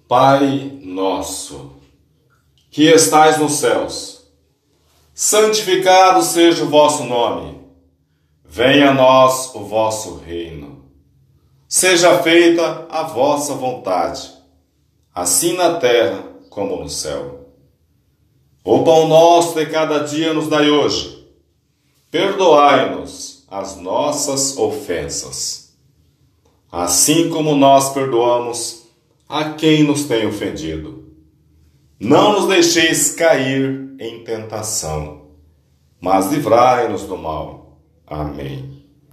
Pai nosso, que estais nos céus, santificado seja o vosso nome. Venha a nós o vosso reino. Seja feita a vossa vontade, assim na terra como no céu. O pão nosso de cada dia nos dai hoje. Perdoai-nos as nossas ofensas, assim como nós perdoamos a quem nos tem ofendido. Não nos deixeis cair em tentação, mas livrai-nos do mal. Amém.